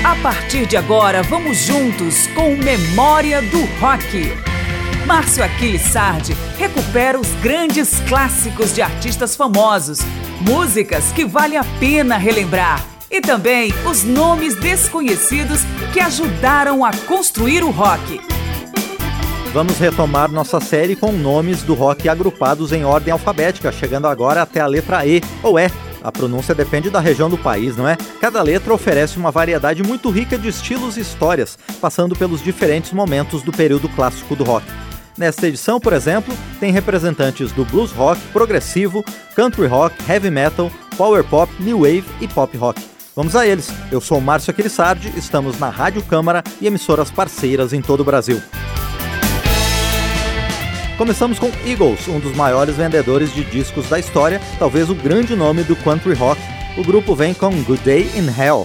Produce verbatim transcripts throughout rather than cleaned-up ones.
A partir de agora, vamos juntos com Memória do Rock. Márcio Aquiles Sardi recupera os grandes clássicos de artistas famosos, músicas que vale a pena relembrar e também os nomes desconhecidos que ajudaram a construir o rock. Vamos retomar nossa série com nomes do rock agrupados em ordem alfabética, chegando agora até a letra E ou E. A pronúncia depende da região do país, não é? Cada letra oferece uma variedade muito rica de estilos e histórias, passando pelos diferentes momentos do período clássico do rock. Nesta edição, por exemplo, tem representantes do blues rock, progressivo, country rock, heavy metal, power pop, new wave e pop rock. Vamos a eles. Eu sou o Márcio Aquiles Sardi, estamos na Rádio Câmara e emissoras parceiras em todo o Brasil. Começamos com Eagles, um dos maiores vendedores de discos da história, talvez o grande nome do country rock. O grupo vem com Good Day in Hell.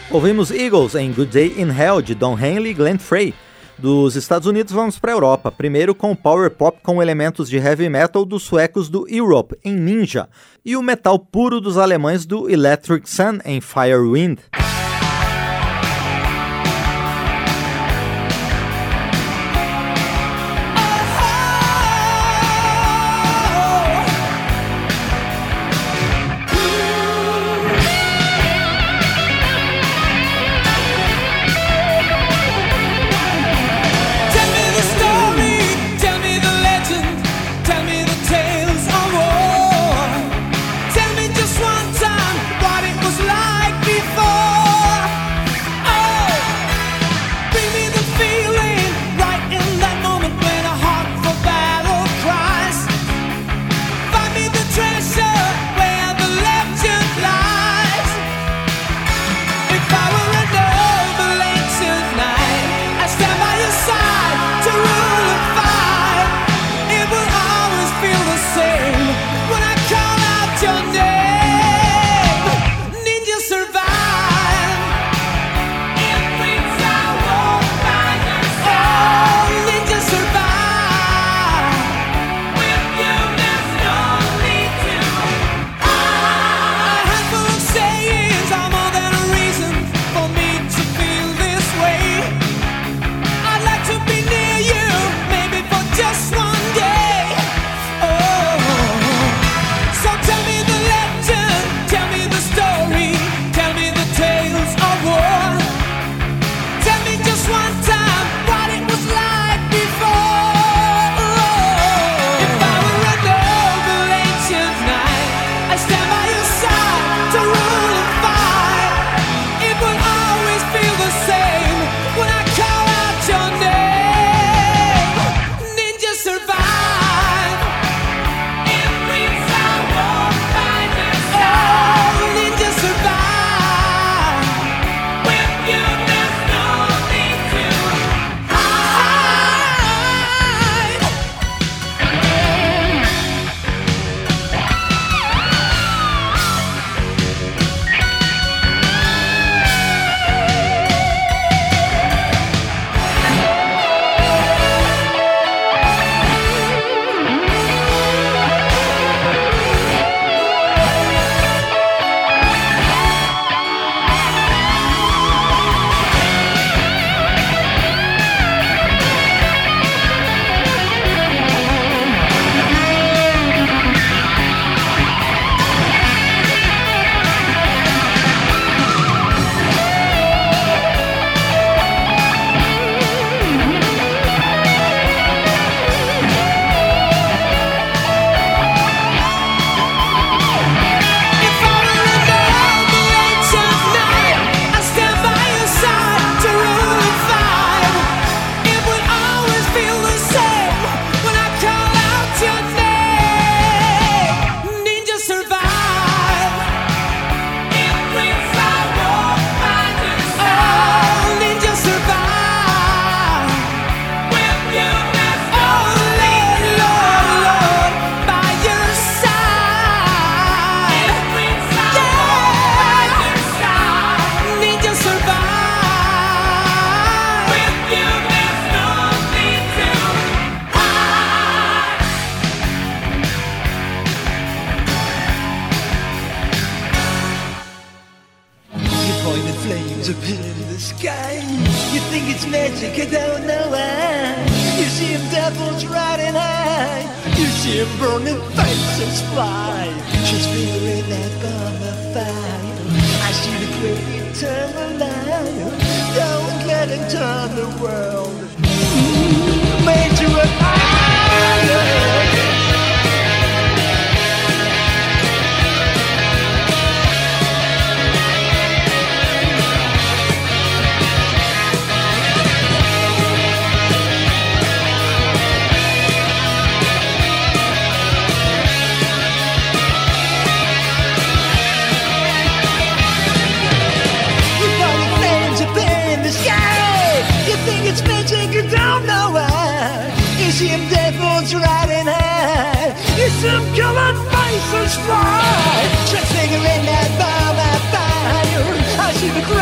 Ouvimos Eagles em Good Day in Hell, de Don Henley e Glenn Frey. Dos Estados Unidos vamos para a Europa, primeiro com o power pop com elementos de heavy metal dos suecos do Europe, em Ninja, e o metal puro dos alemães do Electric Sun, em Firewind. Some colored faces fly, just figuring that by my fire. I see the great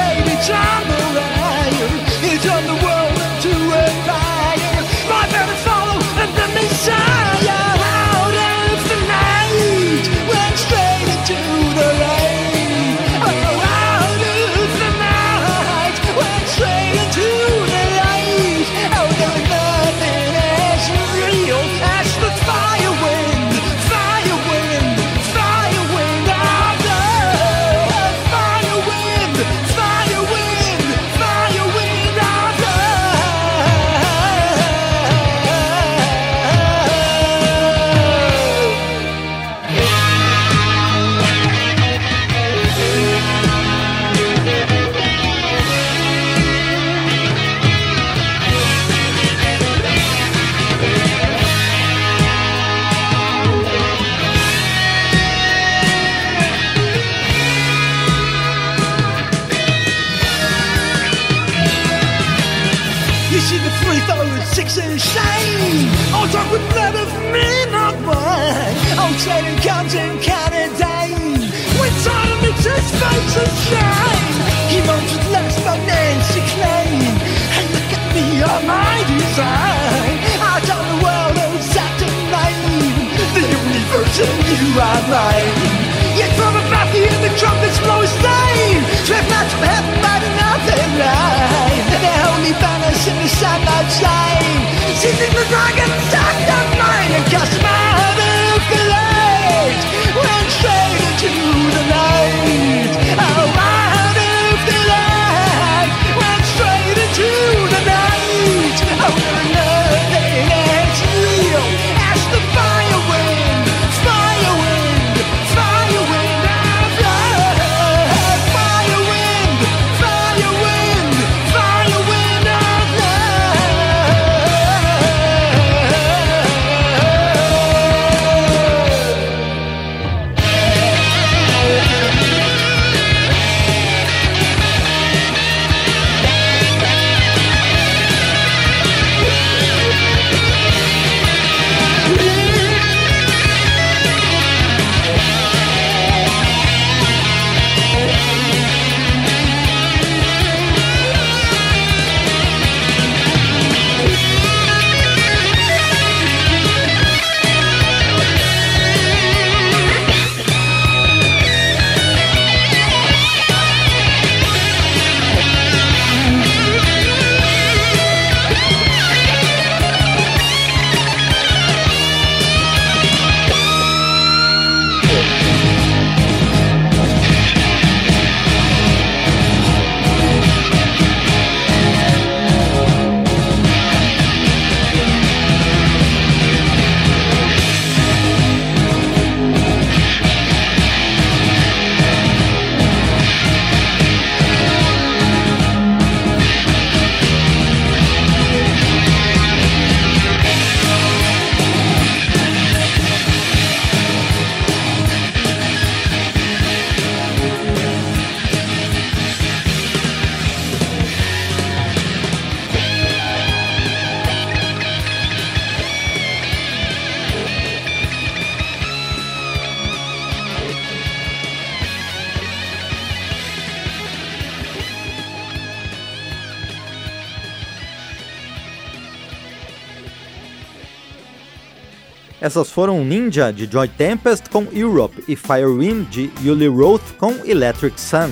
Essas foram Ninja, de Joy Tempest, com Europe, e Firewind, de Uli Roth, com Electric Sun.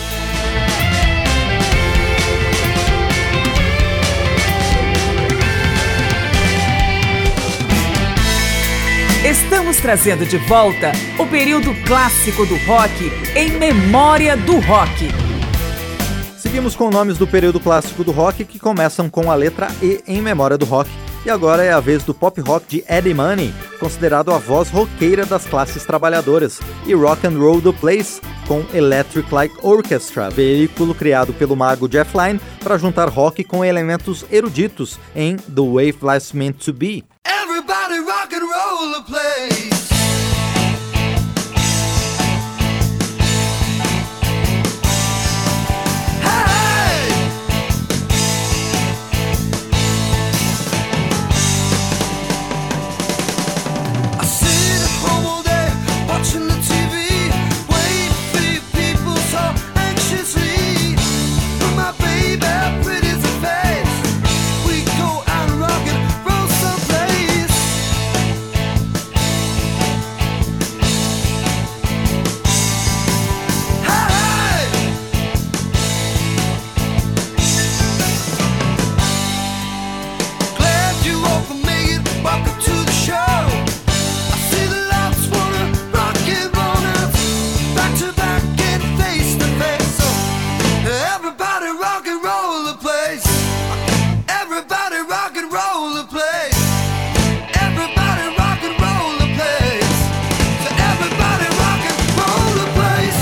Estamos trazendo de volta o período clássico do rock em memória do rock. Seguimos com nomes do período clássico do rock que começam com a letra E em memória do rock. E agora é a vez do pop rock de Eddie Money, considerado a voz roqueira das classes trabalhadoras, e Rock and Roll the Place, com Electric Light Orchestra, veículo criado pelo mago Jeff Lynne para juntar rock com elementos eruditos em The Way Life's Meant to Be. Everybody rock and roll the place. Watching the T V, waiting for you people so anxiously. Welcome to the show. I see the lights wanna rock and roll now, back to back and face to face. So everybody rock and roll the place. Everybody rock and roll the place. Everybody rock and roll the place. So everybody rock and roll the place.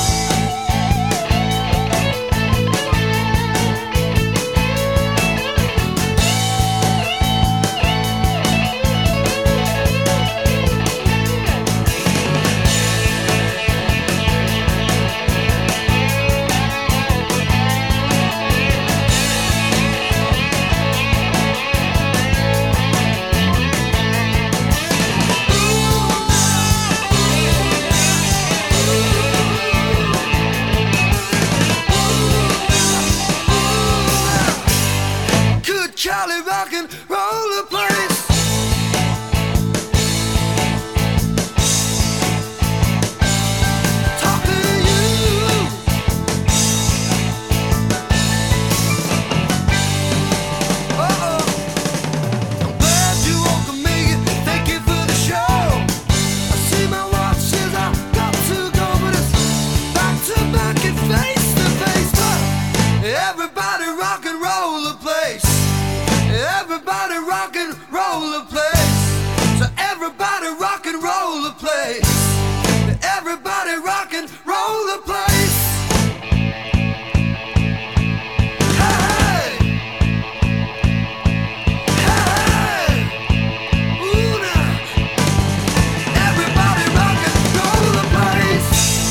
Good Charlie rock and roll the place. Talking to you. Uh-oh. I'm glad you welcomed me. Thank you for the show. I see my watch says I got to go, but it's back to back and face to face. But everybody rock and roll the place. Everybody rock and roll the place. So everybody rock and roll the place. Everybody rock and roll the place. Hey, hey, ooh, now. Everybody rock and roll the place.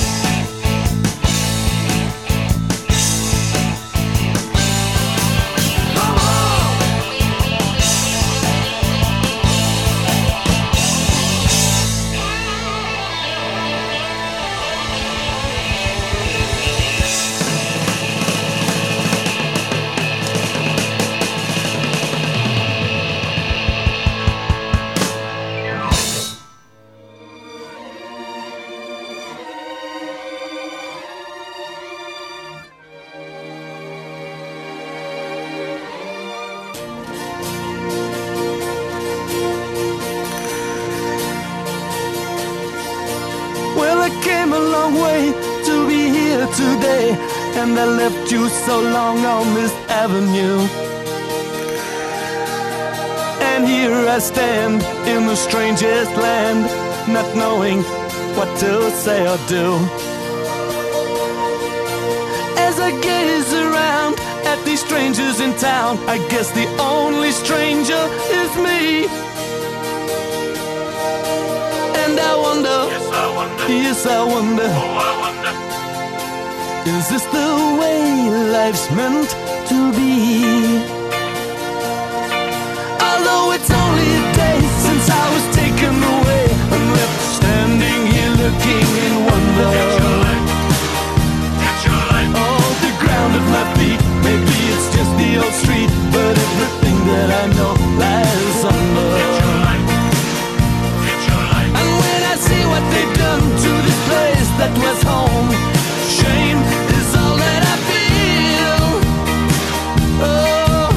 Come on. Well, I came a long way to be here today, and I left you so long on this avenue. And here I stand in the strangest land, not knowing what to say or do. As I gaze around at these strangers in town, I guess the only stranger is me. And I wonder, Yes, I wonder. yes, I wonder, Oh, I wonder. is this the way life's meant to be? Although it's only a day since I was taken away and left standing here looking in wonder. Get your life. Get your life. Oh, the ground at my feet, maybe it's just the old street, but everything that I know lies under. Get your life. Get your life. And when I see what they've done to this place that was home, shame is all that I feel. Oh,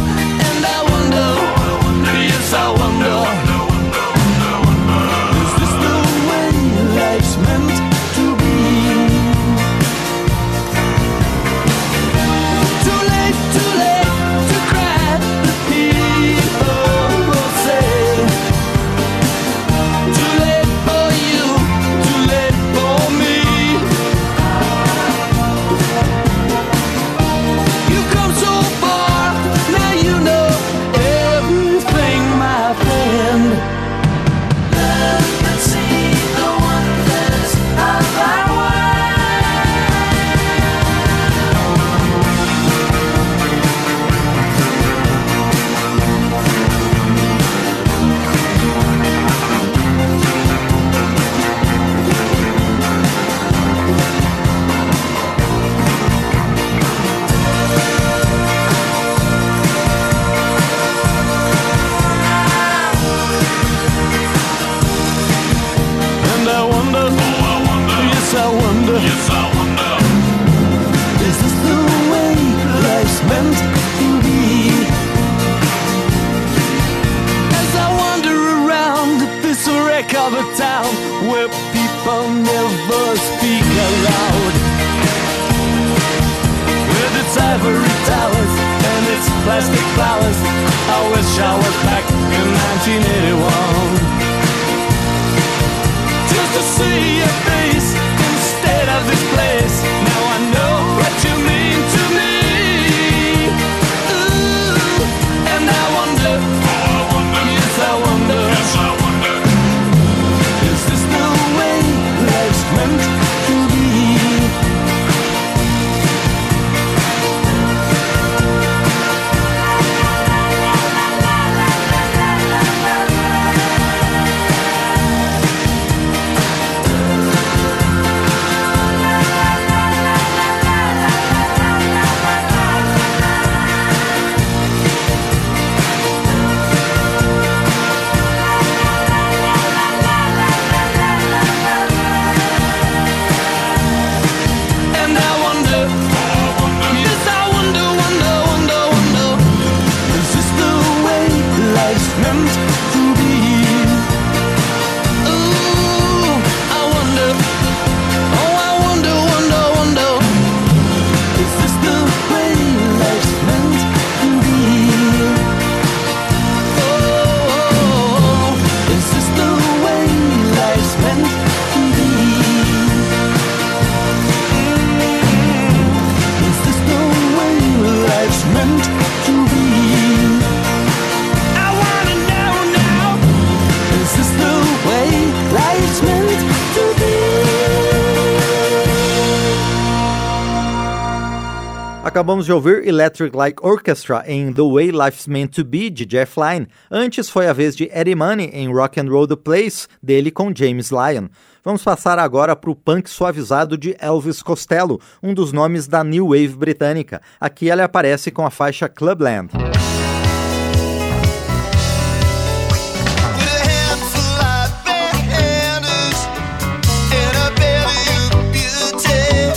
of a town where people never speak aloud. With its ivory towers and its plastic flowers, I wish I was back in nineteen eighty-one. Just to see your face instead of this place. Now I know what you mean to me. Ooh, and I wonder, Oh, I wonder, yes I wonder, yes, I wonder. is this the way life's meant to be? And I wonder, yes I wonder, wonder, wonder, wonder, is this the way life's meant to be? Ooh, I wonder, oh I wonder, wonder, wonder, is this the way life's meant to be? Oh, is this the way life's meant to be? Is this the way life's meant to be? I wanna know now. Is this the way life's meant to be? Acabamos de ouvir Electric Light Orchestra em The Way Life's Meant to Be, de Jeff Lynne. Antes foi a vez de Eddie Money em Rock and Roll the Place, dele com James Lyon. Vamos passar agora para o punk suavizado de Elvis Costello, um dos nomes da New Wave britânica. Aqui ele aparece com a faixa Clubland. With a handful of bad-handers and a belly of beauty,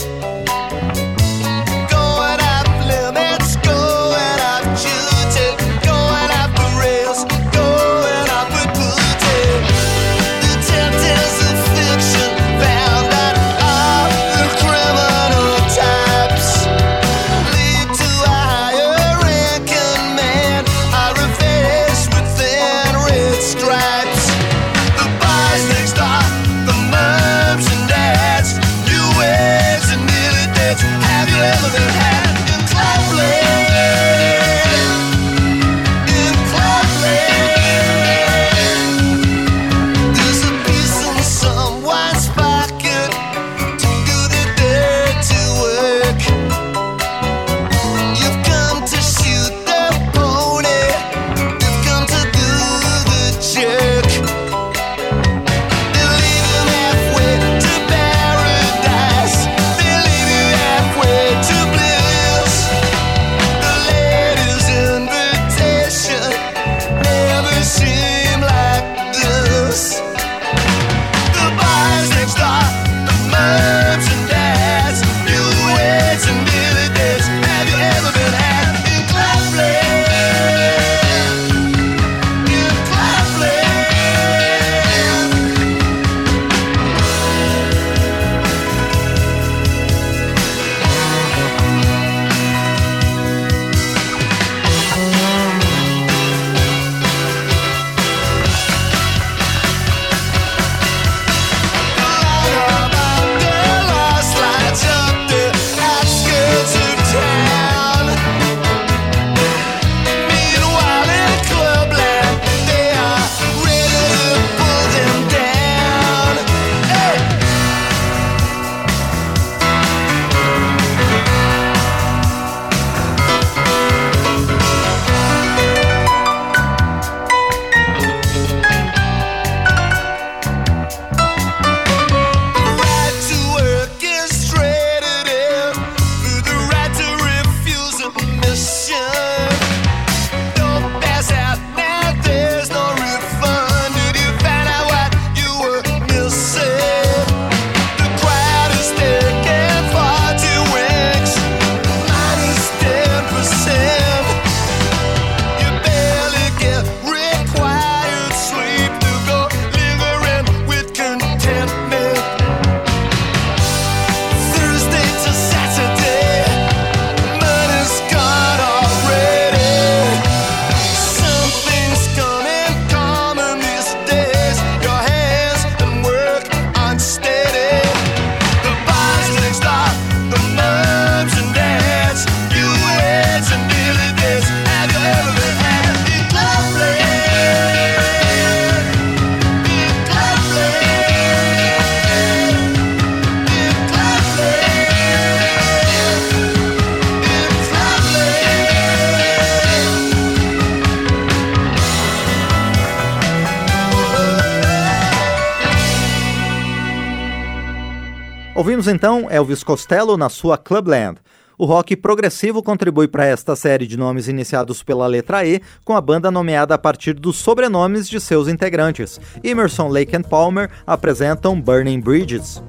going off limits, going off duty, going off the rails, going off with booty. The tempters of fiction found out all the criminal types lead to a higher ranking man, a revenge within red stripes. The bars next door, the mercs and dads, new waves and nearly deads. Have you ever been had in Clubland? In Clubland, there's a piece in someone's pocket to do the dirty work. You've come to shoot the pony, you've come to do the jerk. They leave you halfway to paradise, they leave you halfway to bliss. The lady's invitation never seemed like this. The bars next door, the mercs and dads, new ways and nearly deads. Have you ever been had in Clubland? In Clubland. Ouvimos então Elvis Costello na sua Clubland. O rock progressivo contribui para esta série de nomes iniciados pela letra E, com a banda nomeada a partir dos sobrenomes de seus integrantes. Emerson, Lake and Palmer apresentam Burning Bridges.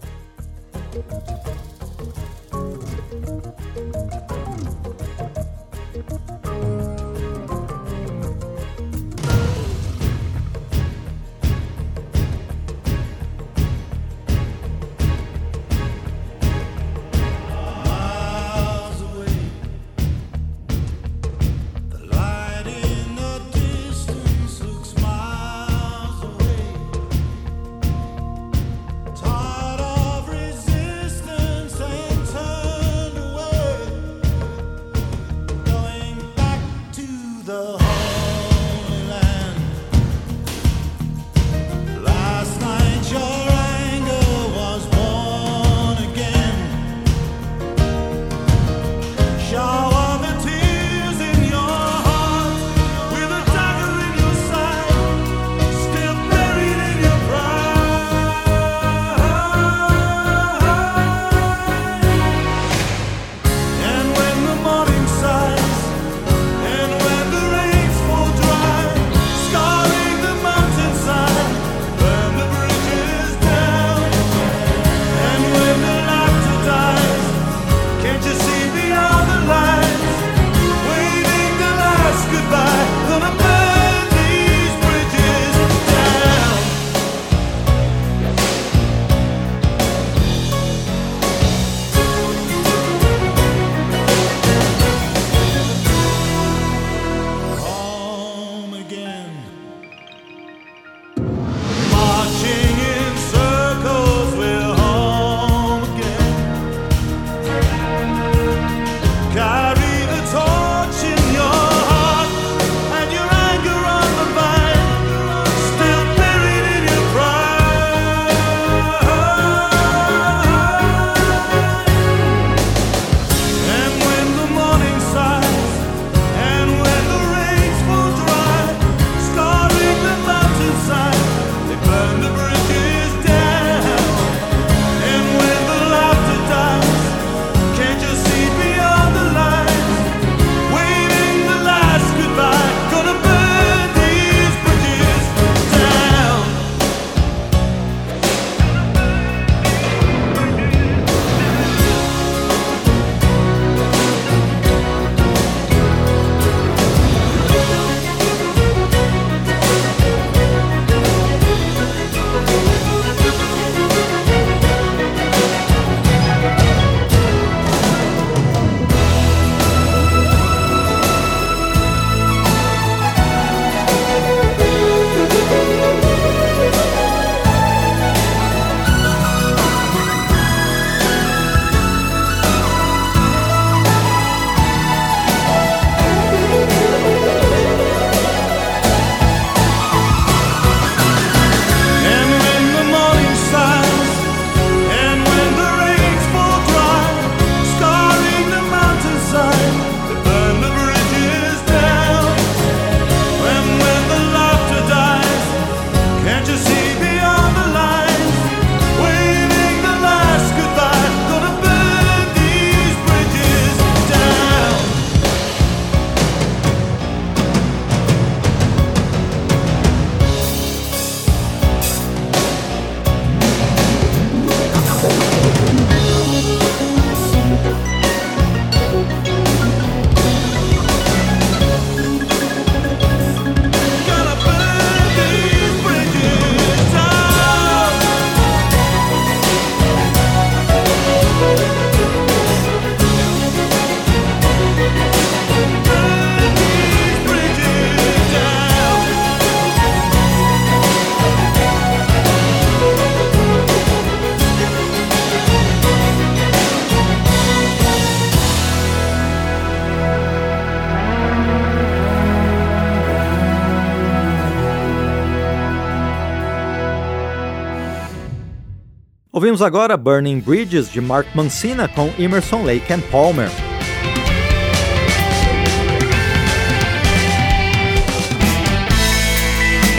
Ouvimos agora Burning Bridges, de Mark Mancina, com Emerson, Lake and Palmer.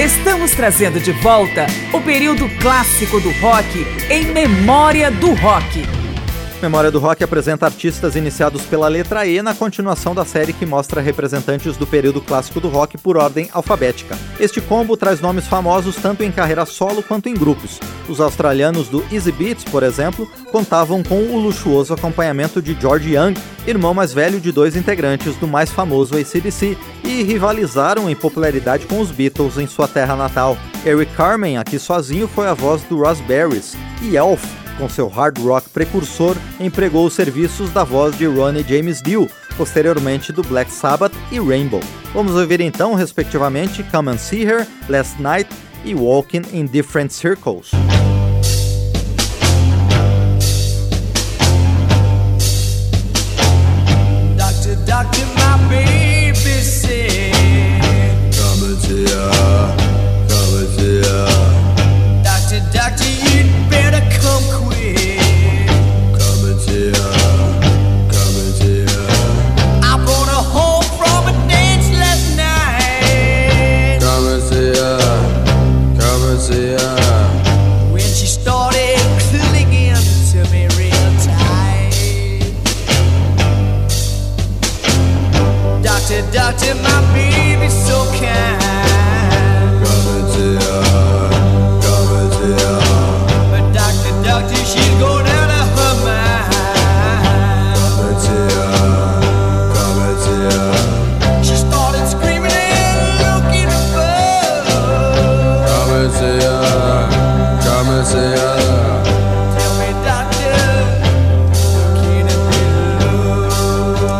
Estamos trazendo de volta o período clássico do rock em Memória do Rock. Memória do Rock apresenta artistas iniciados pela letra E na continuação da série que mostra representantes do período clássico do rock por ordem alfabética. Este combo traz nomes famosos tanto em carreira solo quanto em grupos. Os australianos do Easy Beats, por exemplo, contavam com o luxuoso acompanhamento de George Young, irmão mais velho de dois integrantes do mais famoso A C D C, e rivalizaram em popularidade com os Beatles em sua terra natal. Eric Carmen, aqui sozinho, foi a voz do Raspberries, e Elf, com seu hard rock precursor, empregou os serviços da voz de Ronnie James Dio, posteriormente do Black Sabbath e Rainbow. Vamos ouvir então, respectivamente, Come and See Her, Last Night e Walking in Different Circles. Doctor, doctor, my baby said, come and see her, come and see her. Doctor, doctor, you'd better come quick. Come and see her, come and see her. I brought her home from a dance last night. Come and see her, come and see her. When she started clinging to me real tight. Doctor, doctor, my baby's so kind. Come and see her, come and see her. But doctor, doctor, she's going out of her mind. Come and see her, come and see her. She started screaming and looking above. Come and see her, come and see her. Tell me, doctor, can it be love?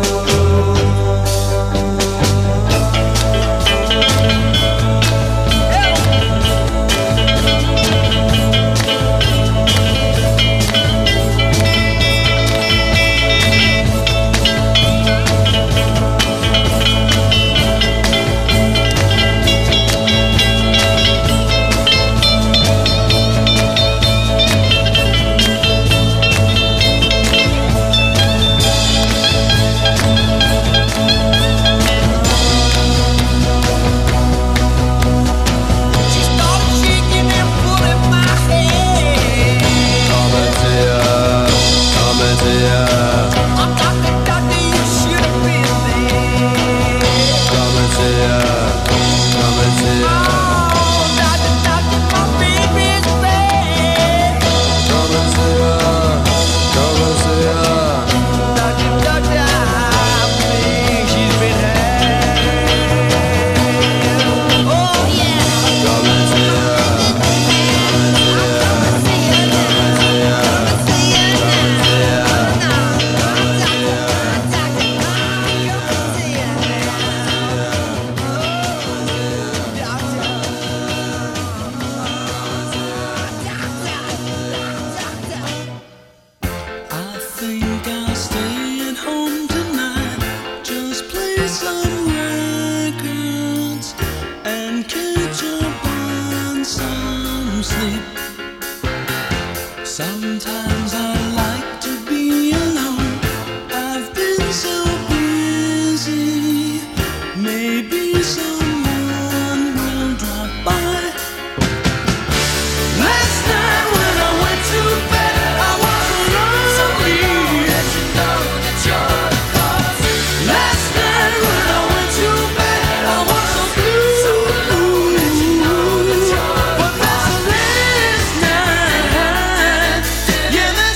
She started shaking and pulling my hair. Come and see her, come and see her. Oh, doctor, doctor, you should have been there. Come and see her, come and see her. Oh, doctor, doctor, my baby's bad. Come and see her, come and see her. Doctor, doctor, I think she's been had. Oh, yeah. Come and see her, come and see her. Come and see her, come and see her. I think I'll stay at home tonight. Just play some records and catch up on some sleep. Sometimes I like to be alone. I've been so busy. Maybe someone will drop by. Last night when I went to bed, I was lonely. Last night when I went to bed, I was so blue. But that's the last night. Yeah,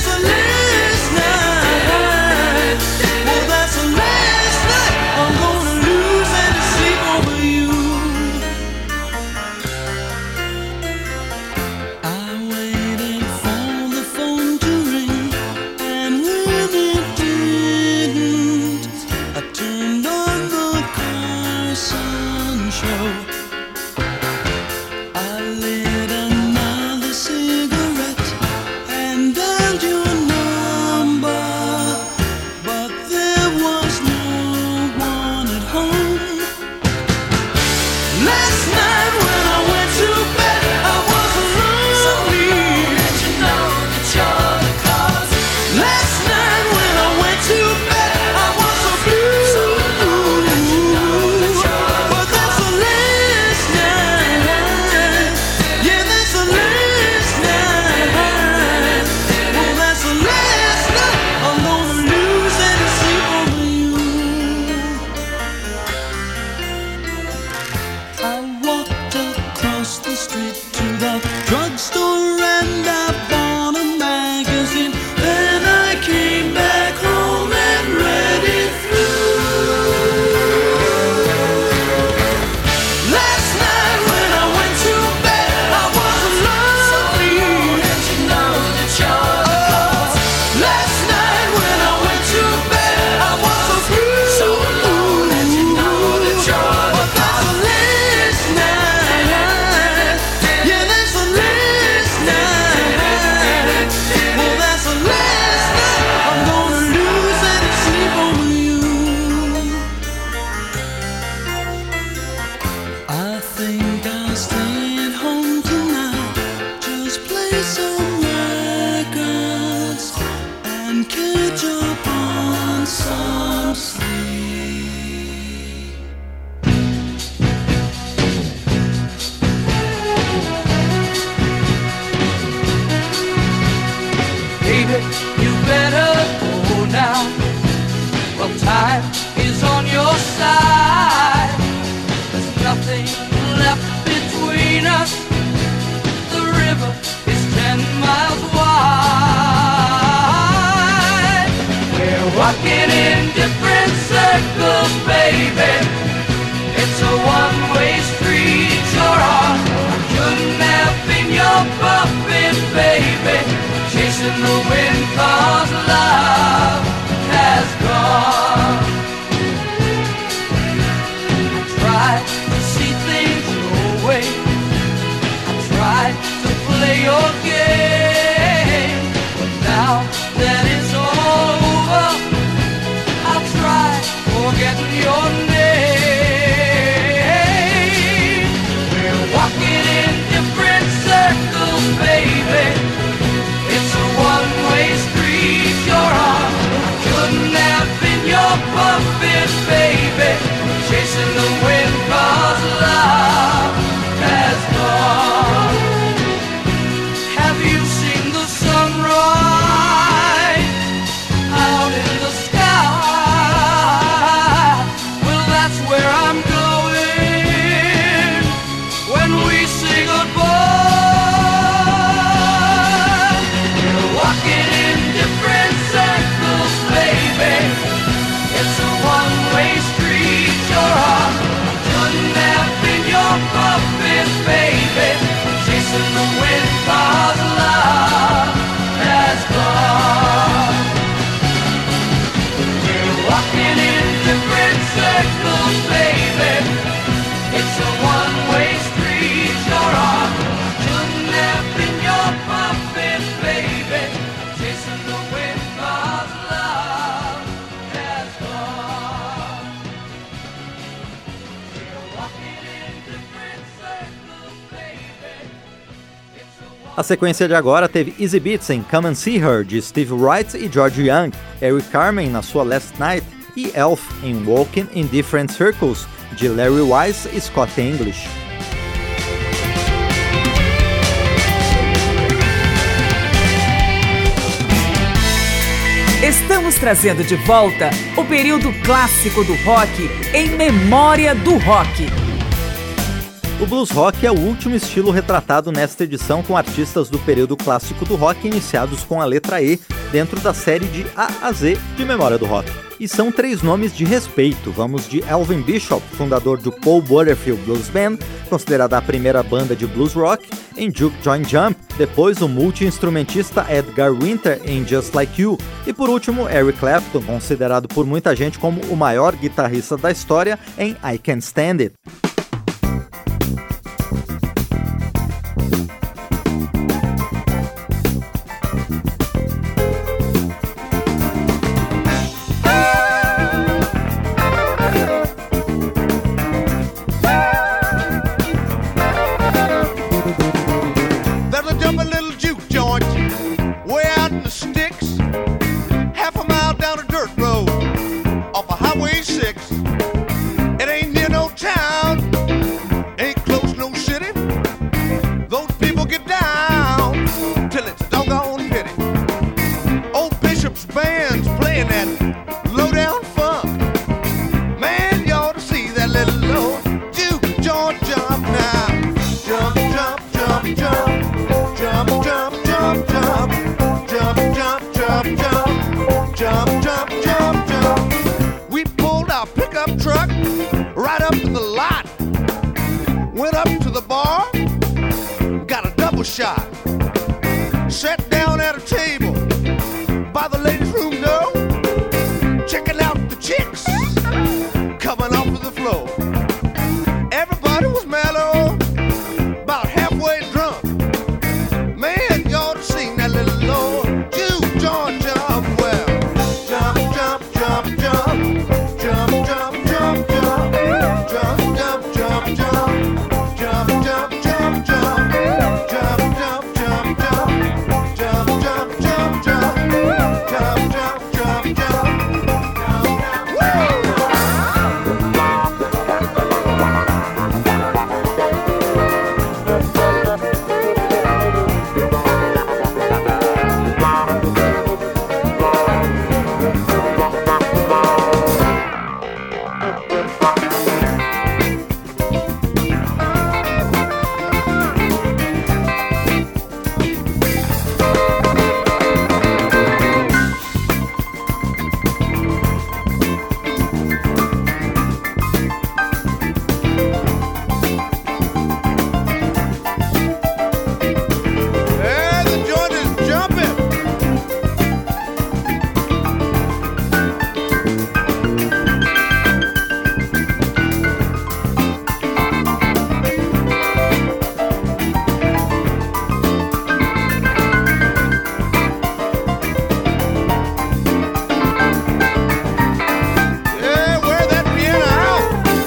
the street to the drugstore and I bought a magazine. Then I came back home and read it through. Last night when I went to bed, I was lonely. So that you know that you're the cause. Last night when I went to bed, I was so blue. So alone that you know that you're the cause. Last night, yeah, that's the last night. Well, that's the last night I'm gonna lose any sleep over you. I think I'll stay at home tonight, just play some records and catch up on some sleep. Baby, you better go now. Well, time is on your side. There's nothing left between us. The river is ten miles wide. We're walking in different circles, baby. It's a one-way street you're on. I couldn't have been your puppet, baby. Chasing the wind 'cause love has gone. I tried to see things your way. I tried to play your game. But now that it's all over, I'll try forgetting your name. We're walking in different circles, baby. It's a one-way street you're on. I couldn't have been your puppet, baby. Chasing the wind 'cause love has gone. Have you seen the sunrise out in the sky? Well, that's where I'm going when we say goodbye. We're walking in different circles, baby. It's a one-way street you're on. Couldn't have been your puppet, baby. Chasing the wind 'cause love has gone. We're walking in different circles, baby. It's a one-way street you're on. Couldn't have been your puppet, baby. Chasing the wind 'cause love has gone. We're walking in different circles, baby. It's a one- A sequência de agora teve Easy Beats em Come and See Her, de Steve Wright e George Young, Eric Carmen na sua Last Night e Elf em Walking in Different Circles, de Larry Wise e Scott English. Estamos trazendo de volta o período clássico do rock em memória do rock. O blues rock é o último estilo retratado nesta edição com artistas do período clássico do rock iniciados com a letra E dentro da série de A a Z de Memória do Rock. E são três nomes de respeito. Vamos de Elvin Bishop, fundador do Paul Butterfield Blues Band, considerada a primeira banda de blues rock, em Juke Joint Jump, depois o multi-instrumentista Edgar Winter em Just Like You, e por último Eric Clapton, considerado por muita gente como o maior guitarrista da história em I Can't Stand It. There's a jump a little juke joint way out in the sticks, half a mile down a dirt road off of Highway six. It ain't near no town, the bar, got a double shot. Sat down at a table by the ladies' room door, checking out the chicks coming off of the floor. Everybody was mellow, about halfway drunk. Man, you ought to sing that little Lord. You John jump well. Jump, jump, jump, jump. Jump, jump, jump, jump. Jump, jump, jump, jump. Jump, jump, jump, jump. Jump, jump, jump, jump. Jump, jump, jump, jump. Jump, jump, jump, jump. Yeah, the joint is jumping. Yeah, wear that piano out.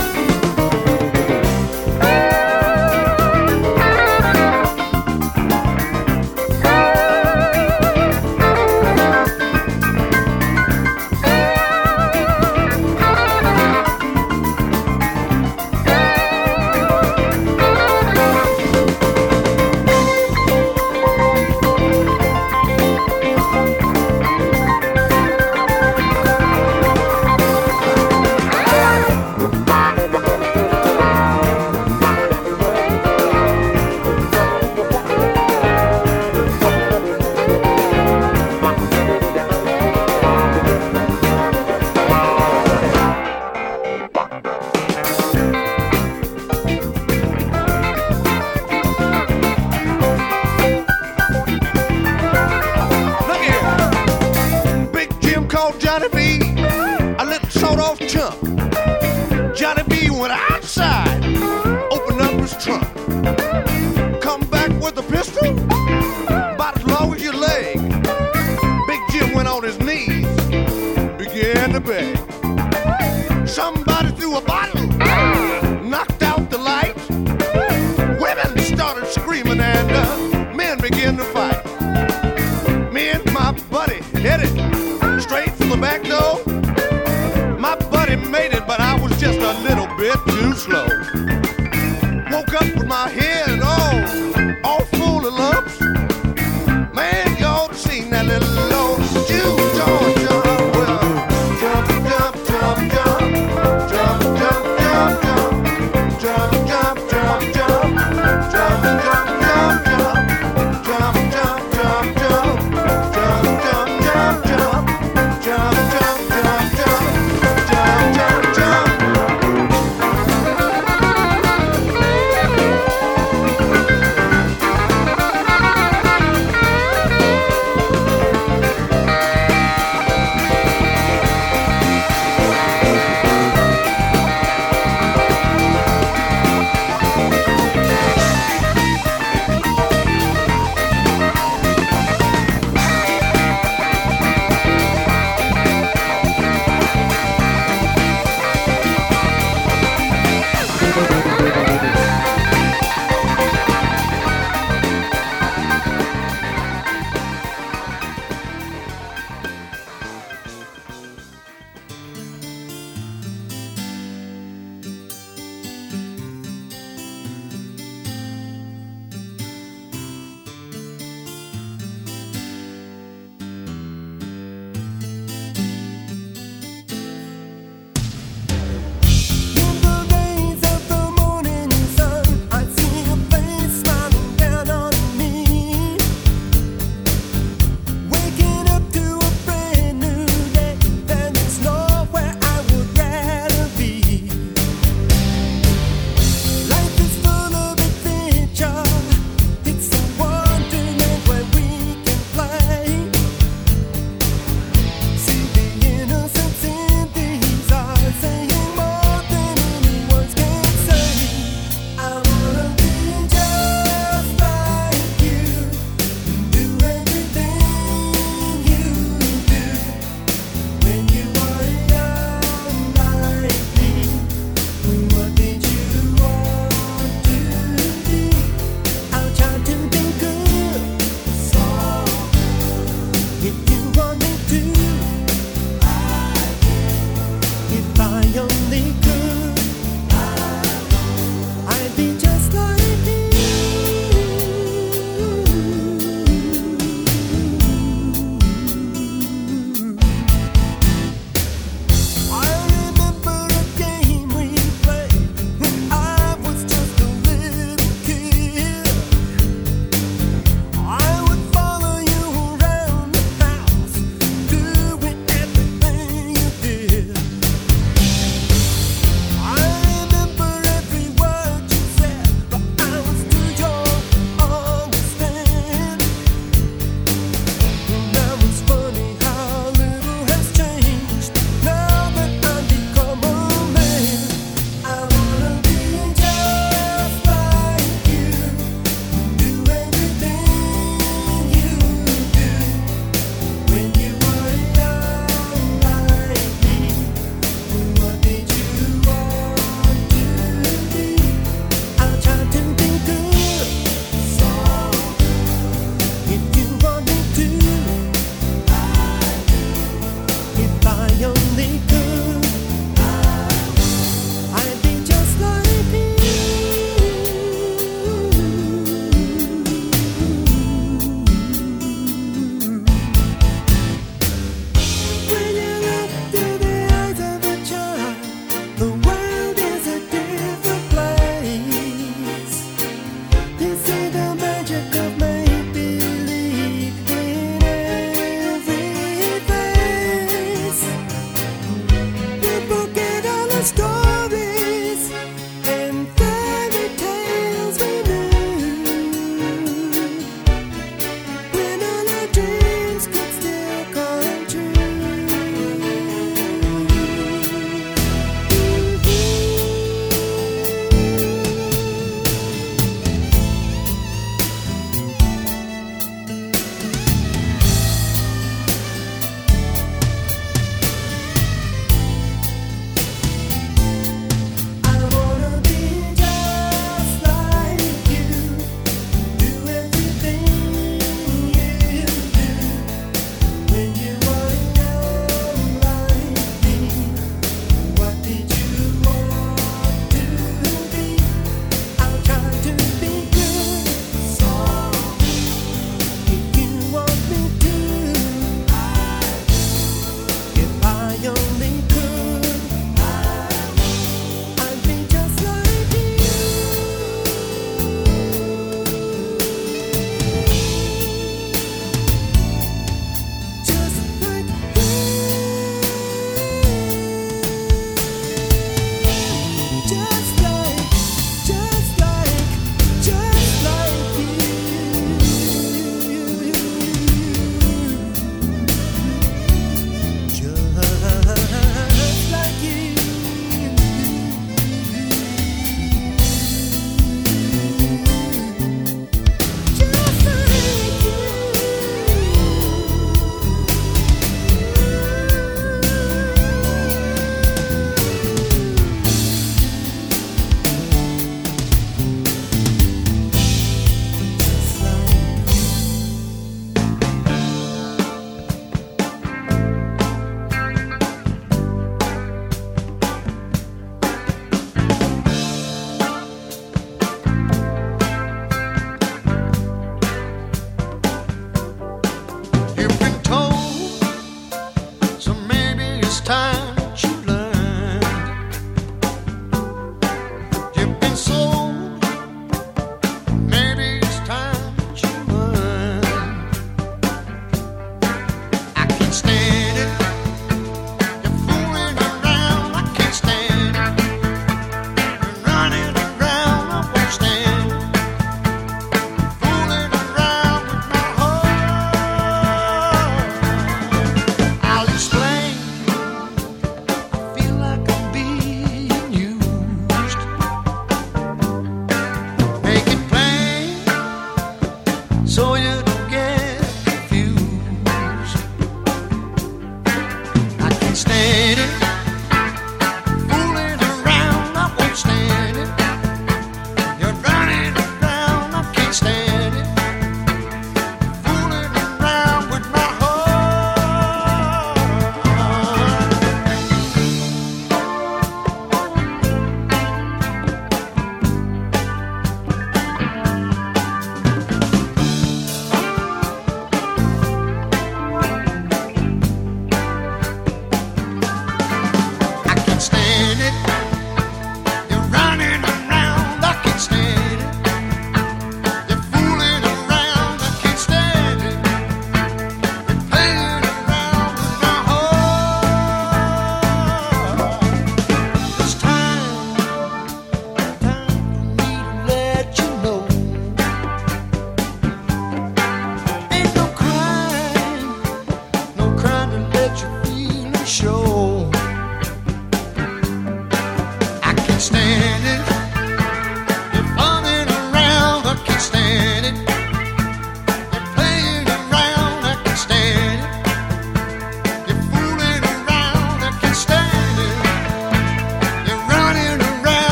Look here. Big Jim called Johnny B a little sawed-off chump. Johnny B went outside, opened up his trunk, come back with a pistol about as long as your leg. Big Jim went on his knees, began to beg. Somebody threw a bottle, knocked out the light. Women started screaming and uh, men began to fight. Me and my buddy headed straight for the back door. My buddy made it, but I was just a little bit too slow. Woke up with my head all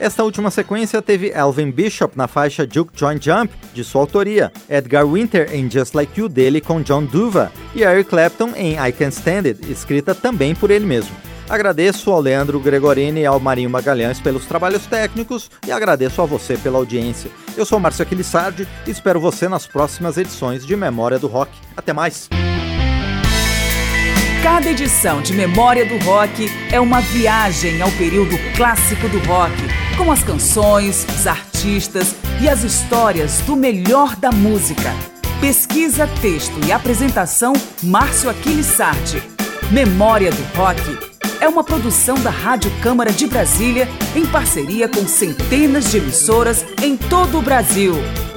Esta última sequência teve Elvin Bishop na faixa Juke Joint Jump, de sua autoria, Edgar Winter em Just Like You dele com John Duva e Eric Clapton em I Can't Stand It, escrita também por ele mesmo. Agradeço ao Leandro Gregorini e ao Marinho Magalhães pelos trabalhos técnicos e agradeço a você pela audiência. Eu sou Márcio Aquilissardi e espero você nas próximas edições de Memória do Rock. Até mais! Cada edição de Memória do Rock é uma viagem ao período clássico do rock, com as canções, os artistas e as histórias do melhor da música. Pesquisa, texto e apresentação, Márcio Aquilissardi. Memória do Rock é uma produção da Rádio Câmara de Brasília em parceria com centenas de emissoras em todo o Brasil.